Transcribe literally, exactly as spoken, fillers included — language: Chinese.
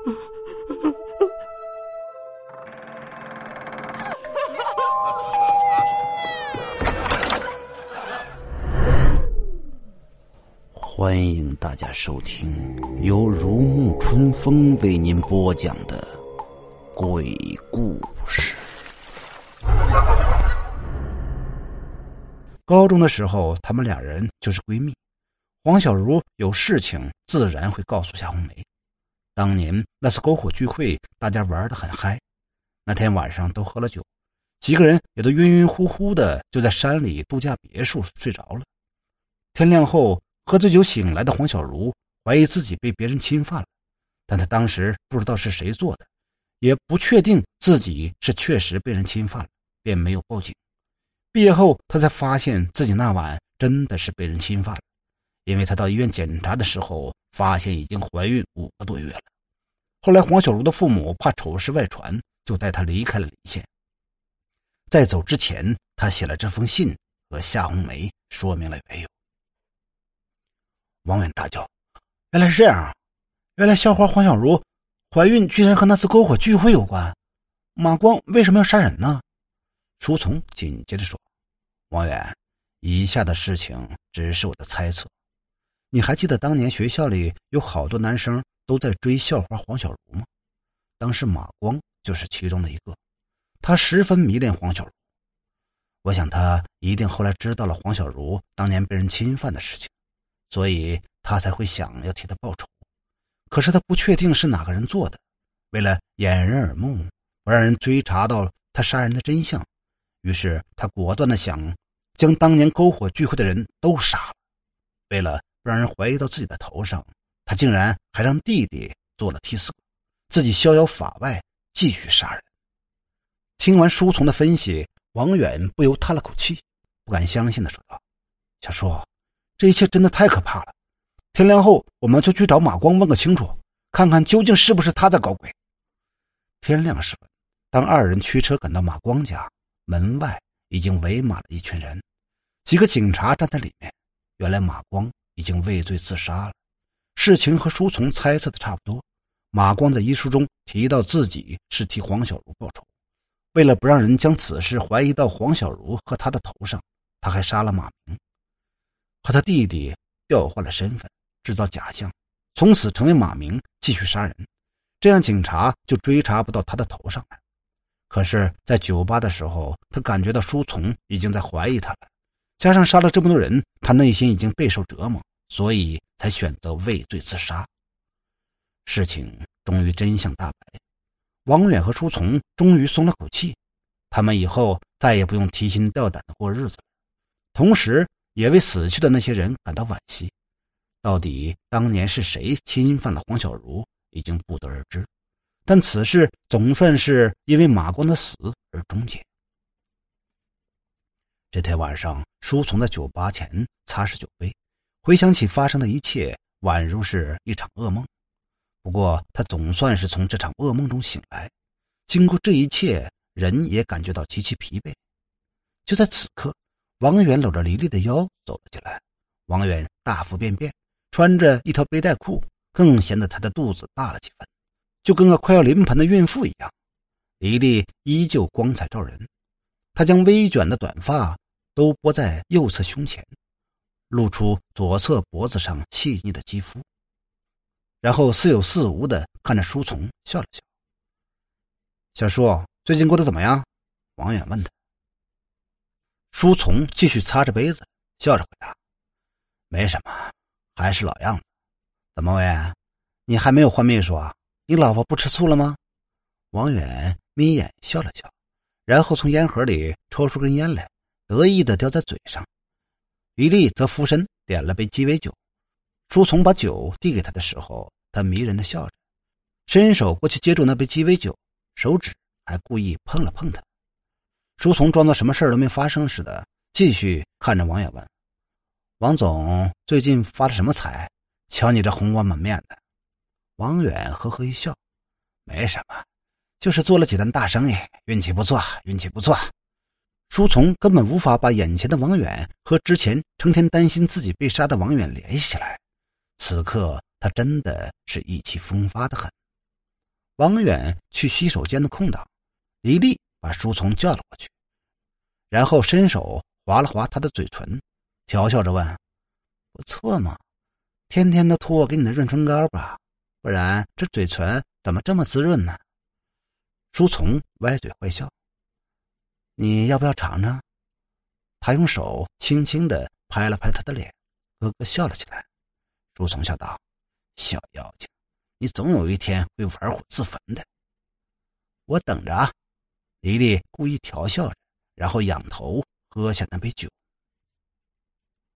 欢迎大家收听由如沐春风为您播讲的鬼故事。高中的时候，他们两人就是闺蜜。黄小茹有事情自然会告诉夏红梅。当年那次篝火聚会，大家玩得很嗨。那天晚上都喝了酒，几个人也都晕晕乎乎的，就在山里度假别墅睡着了。天亮后，喝醉酒醒来的黄小茹怀疑自己被别人侵犯了，但她当时不知道是谁做的，也不确定自己是确实被人侵犯了，便没有报警。毕业后，她才发现自己那晚真的是被人侵犯了，因为她到医院检查的时候，发现已经怀孕五个多月了。后来黄小茹的父母怕丑事外传，就带她离开了临县。在走之前，她写了这封信和夏红梅说明了缘由。王远大叫：原来是这样啊！原来校花黄小茹怀孕居然和那次篝火聚会有关，马光为什么要杀人呢？书从紧接着说：王远，以下的事情只是我的猜测。你还记得当年学校里有好多男生都在追校花黄小茹吗？当时马光就是其中的一个，他十分迷恋黄小茹。我想他一定后来知道了黄小茹当年被人侵犯的事情，所以他才会想要替他报仇。可是他不确定是哪个人做的，为了掩人耳目，不让人追查到他杀人的真相，于是他果断地想将当年篝火聚会的人都杀了。为了不让人怀疑到自己的头上，他竟然还让弟弟做了替死鬼，自己逍遥法外，继续杀人。听完书从的分析，王远不由叹了口气，不敢相信地说道：小叔，这一切真的太可怕了，天亮后我们就去找马光问个清楚，看看究竟是不是他在搞鬼。天亮时分，当二人驱车赶到马光家，门外已经围满了一群人，几个警察站在里面。原来马光已经畏罪自杀了。事情和书从猜测的差不多，马光在遗书中提到自己是替黄小茹报仇，为了不让人将此事怀疑到黄小茹和他的头上，他还杀了马明，和他弟弟调换了身份，制造假象，从此成为马明，继续杀人，这样警察就追查不到他的头上来。可是在酒吧的时候，他感觉到书从已经在怀疑他了，加上杀了这么多人，他内心已经备受折磨，所以才选择畏罪自杀。事情终于真相大白，王远和书从终于松了口气，他们以后再也不用提心吊胆的过日子了，同时也为死去的那些人感到惋惜。到底当年是谁侵犯了黄小茹，已经不得而知，但此事总算是因为马光的死而终结。这天晚上，书从在酒吧前擦拭酒杯，回想起发生的一切，宛如是一场噩梦。不过他总算是从这场噩梦中醒来，经过这一切，人也感觉到极其疲惫。就在此刻，王远搂着黎黎的腰走了进来。王远大腹便便，穿着一条背带裤，更显得他的肚子大了几分，就跟个快要临盆的孕妇一样。黎黎依旧光彩照人，她将微卷的短发都拨在右侧胸前，露出左侧脖子上细腻的肌肤，然后似有似无地看着书从，笑了笑。小叔，最近过得怎么样？王远问他。书从继续擦着杯子，笑着回答：没什么，还是老样子。怎么，王远，你还没有换秘书啊？你老婆不吃醋了吗？王远眯眼笑了笑，然后从烟盒里抽出根烟来，得意地叼在嘴上。黎黎则俯身点了杯鸡尾酒，书从把酒递给他的时候，他迷人地笑着，伸手过去接住那杯鸡尾酒，手指还故意碰了碰他。书从装作什么事都没发生似的，继续看着王远问：王总最近发了什么财？瞧你这红光满面的。王远呵呵一笑：没什么，就是做了几单大生意，运气不错，运气不错。书从根本无法把眼前的王远和之前成天担心自己被杀的王远联系起来，此刻他真的是意气风发的很。 王远去洗手间的空档，李丽把书从叫了过去，然后伸手划了划他的嘴唇，调笑着问：不错嘛，天天都涂我给你的润唇膏吧，不然这嘴唇怎么这么滋润呢？书从歪嘴坏笑：你要不要尝尝？他用手轻轻地拍了拍他的脸，咯咯笑了起来。书从笑道：小妖精，你总有一天会玩火自焚的。我等着啊！黎黎故意调笑着，然后仰头喝下那杯酒。